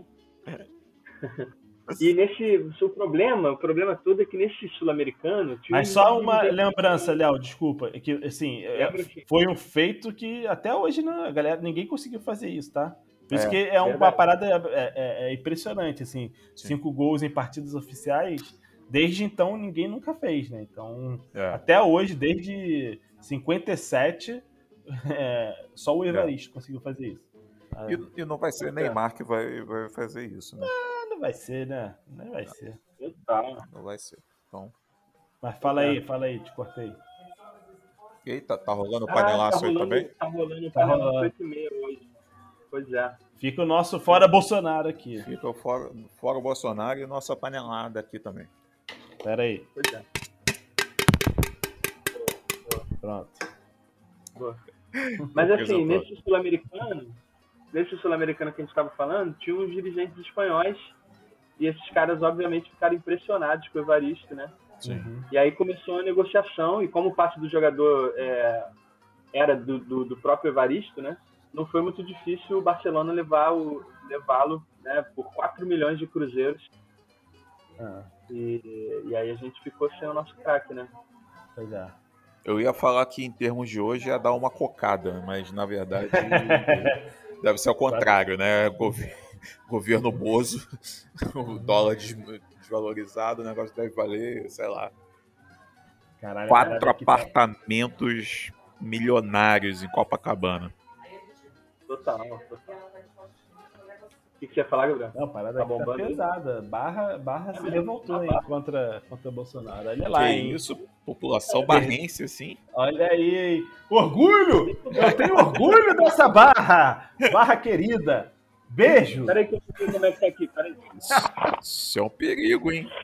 E: E nesse, o problema, o problema todo é que nesse sul-americano... tinha
D: Mas
E: um-
D: só uma lembrança, Léo, desculpa, é que assim, é,
E: Lembra que-
D: foi um feito que até hoje não, a galera, ninguém conseguiu fazer isso, tá? Por isso
C: É,
D: que é uma
E: verdade.
D: parada é, é- é impressionante, assim,
C: Sim.
D: cinco gols em partidas oficiais, Desde então, ninguém nunca fez, né? Então,
C: É.
D: até hoje, desde cinquenta e sete, é, só o Evaristo é. conseguiu fazer isso.
C: E, e não vai ser Neymar que vai, vai fazer isso, né?
D: Ah, não vai ser, né? Não vai ser.
C: Não vai ser. Então...
D: Mas fala aí, fala aí, te cortei.
C: Eita, tá rolando o panelaço
E: ah, tá rolando,
C: aí também?
E: Tá rolando o
D: tá
E: panelaço oito e meia hoje. Pois é.
D: Fica o nosso fora Bolsonaro aqui.
C: Fica o fora, fora o Bolsonaro e nossa panelada aqui também.
D: Pera aí.
E: Pois é.
D: Pronto.
E: Boa. Mas assim, nesse sul-americano, nesse sul-americano que a gente estava falando, tinha uns dirigentes espanhóis e esses caras, obviamente, ficaram impressionados com o Evaristo, né?
C: Sim.
E: E aí começou a negociação, e como o passe do jogador é, era do, do, do próprio Evaristo, né? Não foi muito difícil o Barcelona levar o, levá-lo, né, por quatro milhões de cruzeiros.
D: Ah.
E: E, e aí a gente ficou sem o nosso craque, né?
D: Pois é.
C: Eu ia falar que em termos de hoje ia dar uma cocada, mas na verdade deve ser ao contrário, né? Gover- Governo Bozo, o dólar des- desvalorizado, o negócio deve valer, sei lá,
D: Caralho,
C: quatro
D: caralho, que-
C: apartamentos milionários em Copacabana.
E: Total, total. O que, que você ia falar, Gabriel?
D: Não, a parada
E: Tá
D: aqui tá
E: bombando aí?
D: pesada. Barra, Barra se levantou aí contra, contra Bolsonaro. Olha lá,
C: Que
D: hein?
C: isso, população barrense, assim.
D: Olha aí, hein? Orgulho! Eu tenho orgulho dessa Barra! Barra querida! Beijo!
E: Peraí que eu não sei como é que tá aqui, peraí.
C: Isso é um perigo, hein?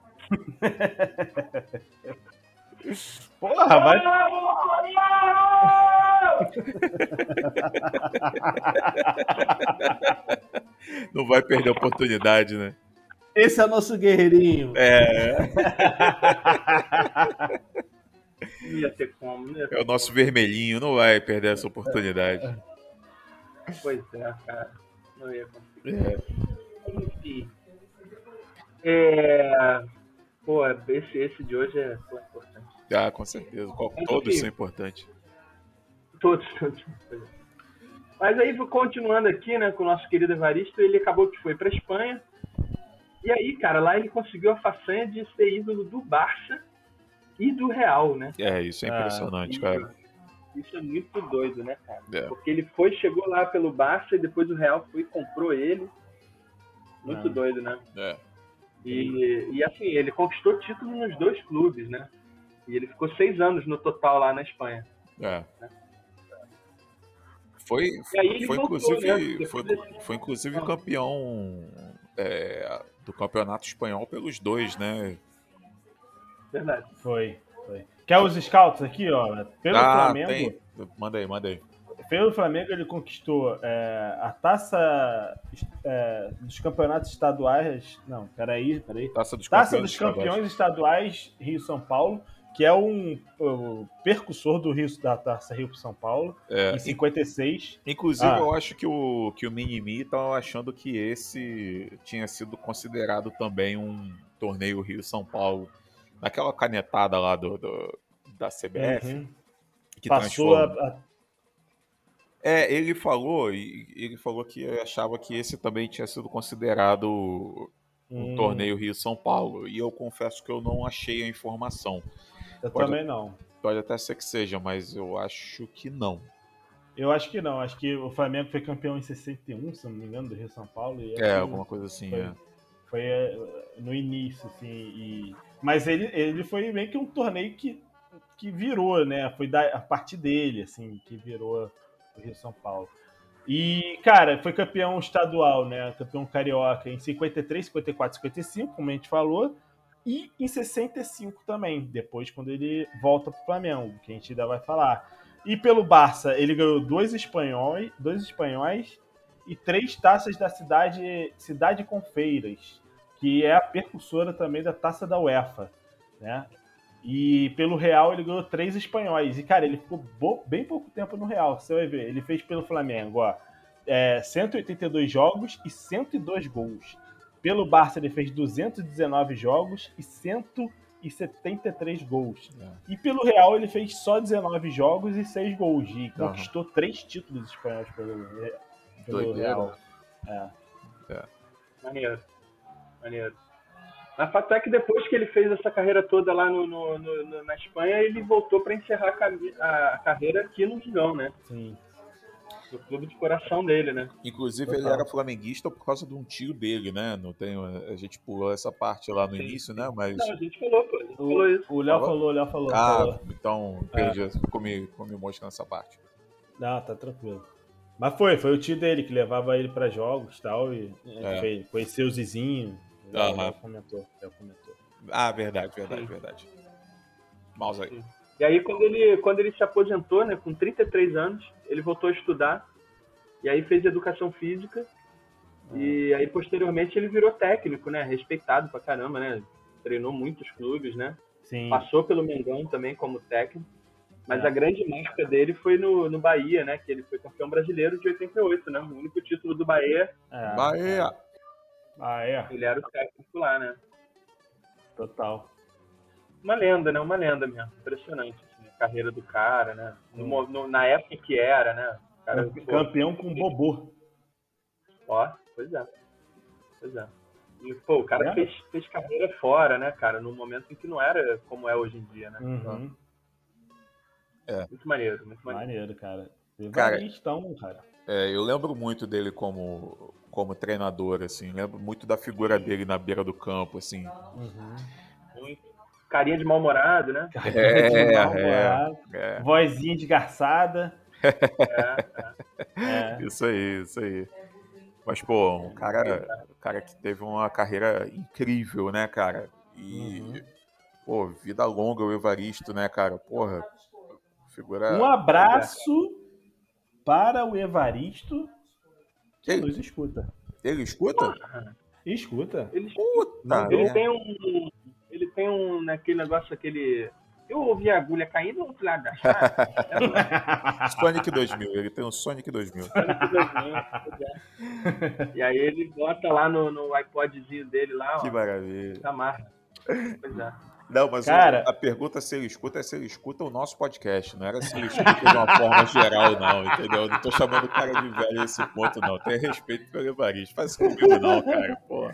D: Porra, vai...
C: Não vai perder a oportunidade, né?
D: Esse é nosso guerreirinho.
C: É,
E: Não ia ter como, não ia ter
C: é o nosso vermelhinho, não vai perder essa oportunidade.
E: Pois é, cara. Não ia conseguir.
C: É.
E: Enfim. É... Pô, esse, esse de hoje é pô, importante.
C: Ah, com certeza. Qual- Todos são importantes.
E: Todos, todos. Mas aí, continuando aqui, né, com o nosso querido Evaristo, ele acabou que foi pra Espanha. E aí, cara, lá ele conseguiu a façanha de ser ídolo do Barça e do Real, né?
C: É, isso é impressionante,
E: E
C: cara.
E: Isso é muito doido, né, cara?
C: É.
E: Porque ele foi, chegou lá pelo Barça e depois o Real foi e comprou ele. Muito
D: Ah.
E: doido, né?
C: É.
E: E, e assim, ele conquistou título nos dois clubes, né? E ele ficou seis anos no total lá na Espanha.
C: É. Foi,
E: E aí ele
C: foi,
E: voltou,
C: inclusive,
E: né?
C: foi,
E: Depois-
C: foi inclusive campeão é, do campeonato espanhol pelos dois, né?
E: Verdade.
D: Foi, foi. Quer os scouts aqui, ó? Pelo
C: Ah,
D: Flamengo,
C: tem. Manda aí, manda aí.
D: pelo Flamengo ele conquistou é, a taça é, dos campeonatos estaduais. Não, peraí, peraí.
C: Taça dos
D: Taça
C: campeões.
D: dos campeões estaduais Rio-São Paulo, que é um o percussor do Rio da Taça Rio-São Paulo,
C: É,
D: em cinquenta e seis.
C: Inclusive,
D: Ah.
C: eu acho que o, que o Minimi estava achando que esse tinha sido considerado também um torneio Rio-São Paulo. Naquela canetada lá do, do- da C B F,
D: Uhum.
C: que
D: Passou a,
C: transforma.
D: a-
C: É, ele falou, e ele falou que achava que esse também tinha sido considerado um
D: Hum.
C: torneio Rio-São Paulo. E eu confesso que eu não achei a informação.
D: Eu
C: Pode-
D: também não.
C: Pode até ser que seja, mas eu acho que não.
D: Eu acho que não. Acho que o Flamengo foi campeão em sessenta e um, se eu não me engano, do Rio São Paulo. E
C: É,
D: acho
C: alguma coisa assim,
D: foi,
C: é.
D: foi é, no início, assim. E... Mas ele, ele foi meio que um torneio que, que virou, né? Foi da, a partir dele, assim, que virou o Rio São Paulo. E, cara, foi campeão estadual, né? Campeão carioca em cinquenta e três, cinquenta e quatro, cinquenta e cinco, como a gente falou. E em sessenta e cinco também, depois quando ele volta pro Flamengo, que a gente ainda vai falar. E pelo Barça, ele ganhou dois espanhóis, dois espanhóis e três taças da cidade, cidade com Feiras, que é a percussora também da taça da UEFA, né? E pelo Real ele ganhou três espanhóis. E, cara, ele ficou bo- bem pouco tempo no Real, você vai ver. Ele fez pelo Flamengo, ó, é, cento e oitenta e dois jogos e cento e dois gols. Pelo Barça ele fez duzentos e dezenove jogos e cento e setenta e três gols.
C: É.
D: E pelo Real ele fez só dezenove jogos e seis gols. E conquistou três títulos espanhóis pelo, pelo
C: Doideira.
D: Real. É.
E: Maneiro. Maneiro. Mas fato é que depois que ele fez essa carreira toda lá no, no, no, no, na Espanha, ele voltou para encerrar a, cami- a, a carreira aqui no Mengão, né?
D: Sim.
E: No clube de coração dele, né?
C: Inclusive,
D: Total.
C: ele era flamenguista por causa de um tio dele, né? Não tem, a gente pulou essa parte lá no
E: Sim,
C: início,
E: sim.
C: né? Mas.
E: Não, a gente falou, pô. A gente
D: O
E: falou isso.
D: o Léo
C: Falou?
D: falou, o Léo falou.
C: Ah,
D: falou.
C: então perdi, ficou me, ficou me mostrando essa parte.
D: Não, tá tranquilo. Mas foi, foi o tio dele que levava ele pra jogos e tal, e
C: É.
D: fez- conheceu o Zizinho. O
C: Aham.
D: Léo comentou, o Léo comentou.
C: Ah, verdade, verdade,
E: Sim.
C: verdade. Mouse aí.
E: E aí, quando ele, quando ele se aposentou, né, com trinta e três anos, ele voltou a estudar. E aí fez educação física. E aí, posteriormente, ele virou técnico, né? Respeitado pra caramba, né? Treinou muitos clubes, né?
D: Sim.
E: Passou pelo Mengão também como técnico. Mas
D: É.
E: a grande marca dele foi no, no Bahia, né? Que ele foi campeão brasileiro de oitenta e oito, né? O único título do Bahia,
D: É.
C: Bahia!
D: Ah, é?
E: ele era o técnico lá, né?
D: Total.
E: Uma lenda, né? Uma lenda mesmo. Impressionante, assim, a carreira do cara, né? No mo- no- na época que era, né? O cara,
D: Campe-
E: pô,
D: Campeão com Bobô.
E: Ó, pois é. Pois é. E, pô, o cara
D: É?
E: fez, fez carreira fora, né, cara? Num momento em que não era como é hoje em dia, né?
D: Uhum.
E: Muito maneiro, muito maneiro.
D: Maneiro, cara.
C: Cara-
D: Evangelistão, cara.
C: É, eu lembro muito dele como, como treinador, assim. Lembro muito da figura dele na beira do campo, assim.
D: Uhum.
E: Muito. Carinha de mal-humorado, né?
C: É,
D: De
C: é,
D: mal-humorado,
C: é.
D: Vozinha desgarçada.
E: É,
D: É.
C: Isso aí, isso aí. Mas, pô, um cara, um cara que teve uma carreira incrível, né, cara? E,
D: Uhum.
C: pô, vida longa o Evaristo, né, cara? Porra, figura...
D: Um abraço para o Evaristo que
C: Ei.
D: nos escuta.
C: Ele escuta?
D: Escuta.
E: ele,
C: Puta,
E: ele
C: merda.
E: tem um. Ele tem um. Naquele negócio, aquele. Eu ouvi a agulha caindo do outro lado da chave.
C: Sonic dois mil, ele tem um Sonic dois mil.
E: E aí ele bota lá no, no iPodzinho dele lá,
C: Que
E: ó.
C: maravilha.
E: Amarra. Pois é.
C: Não, mas
D: Cara-
C: o- a pergunta se ele escuta é se ele escuta o nosso podcast, não era se ele escuta de uma forma geral, não, entendeu? Eu não tô chamando o cara de velho nesse ponto, não. Tenha respeito pelo Evaristo. Faz isso comigo, não, cara. Porra.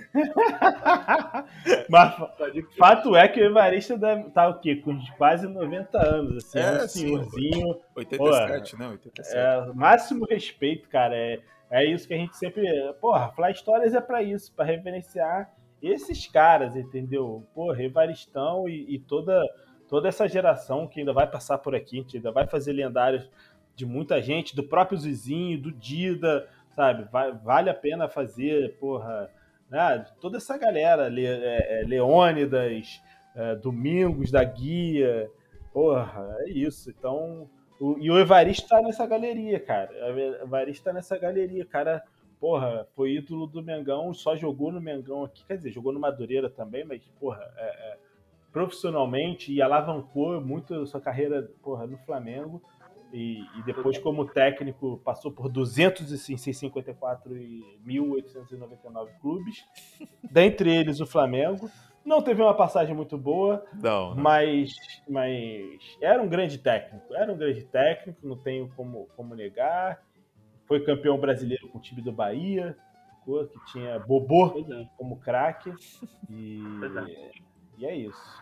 D: Mas
E: Pode crer.
D: fato é que o Evaristo deve estar o quê? Com quase noventa anos, assim,
C: É,
D: é um
C: sim,
D: senhorzinho.
C: oitenta e sete, né? oitenta e sete.
D: É, máximo respeito, cara. É, é isso que a gente sempre. Porra, Fly Stories é pra isso, pra reverenciar esses caras, entendeu? Porra, Evaristão e, e toda, toda essa geração que ainda vai passar por aqui, a gente ainda vai fazer lendários de muita gente, do próprio Zizinho, do Dida, sabe? Vai, vale a pena fazer, porra, né? Toda essa galera, Le, é, é, Leônidas, é, Domingos da Guia, porra, é isso. Então. O- e o Evaristo tá nessa galeria, cara. O Evaristo tá nessa galeria, cara. Porra, foi ídolo do Mengão, só jogou no Mengão aqui, quer dizer, jogou no Madureira também, mas, porra, é, é, profissionalmente e alavancou muito sua carreira, porra, no Flamengo. E, e depois, como técnico, passou por duzentos e cinquenta e quatro e mil oitocentos e noventa e nove clubes, dentre eles o Flamengo. Não teve uma passagem muito boa,
C: Não, não.
D: mas, mas era um grande técnico, era um grande técnico, não tenho como, como negar. Foi campeão brasileiro com o time do Bahia, que tinha Bobô
E: Pois é.
D: como craque. E,
E: Pois é.
D: e é isso.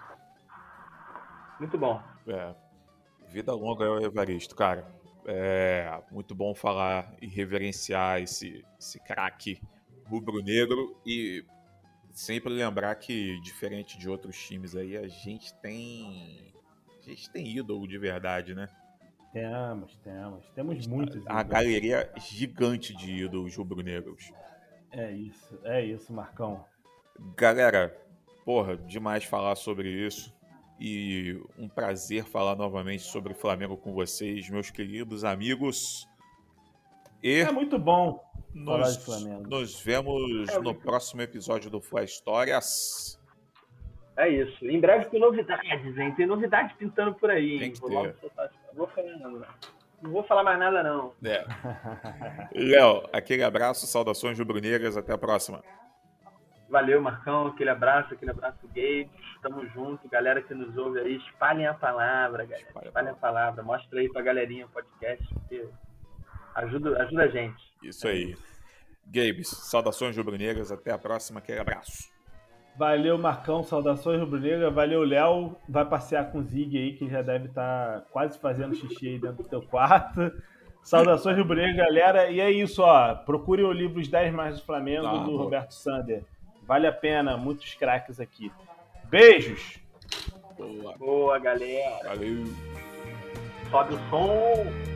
E: Muito bom.
C: É. Vida longa é o Evaristo, cara. É muito bom falar e reverenciar esse, esse craque rubro-negro e sempre lembrar que, diferente de outros times aí, a gente tem. A gente tem ídolo de verdade, né?
D: Temos, temos. Temos muitos.
C: A
D: ídolos.
C: galeria gigante de ídolos rubro-negros.
D: É isso, é isso, Marcão.
C: Galera, porra, demais falar sobre isso. E um prazer falar novamente sobre o Flamengo com vocês, meus queridos amigos. E
D: É muito bom falar
C: nos,
D: de Flamengo.
C: nos vemos no próximo episódio do Fly Histórias.
E: É isso. Em breve com novidades, hein? Tem novidade pintando por aí,
C: Tem
E: hein?
C: que
E: Vou
C: ter.
E: logo soltar. Não vou falar nada, não. Não vou falar mais nada, não.
C: É. Léo, aquele abraço, saudações rubro-negras, até a próxima.
E: Valeu, Marcão. Aquele abraço, aquele abraço, Gabe. Tamo junto. Galera que nos ouve aí, espalhem a palavra, galera.
C: Espalhe a
E: Espalhem a palavra. Mostra aí pra galerinha o podcast, porque ajuda, ajuda a gente.
C: Isso aí. Gabes, saudações rubro-negras, até a próxima, aquele abraço.
D: Valeu, Marcão. Saudações rubro-negra. Valeu, Léo. Vai passear com o Zig aí, que já deve estar quase fazendo xixi aí dentro do teu quarto. Saudações rubro-negra, galera. E é isso, ó. Procurem o livro Os dez Mais do Flamengo,
C: Tá,
D: do
C: boa.
D: Roberto Sander. Vale a pena. Muitos craques aqui. Beijos!
C: Boa.
E: Boa, galera.
C: Valeu.
E: Sobe o som.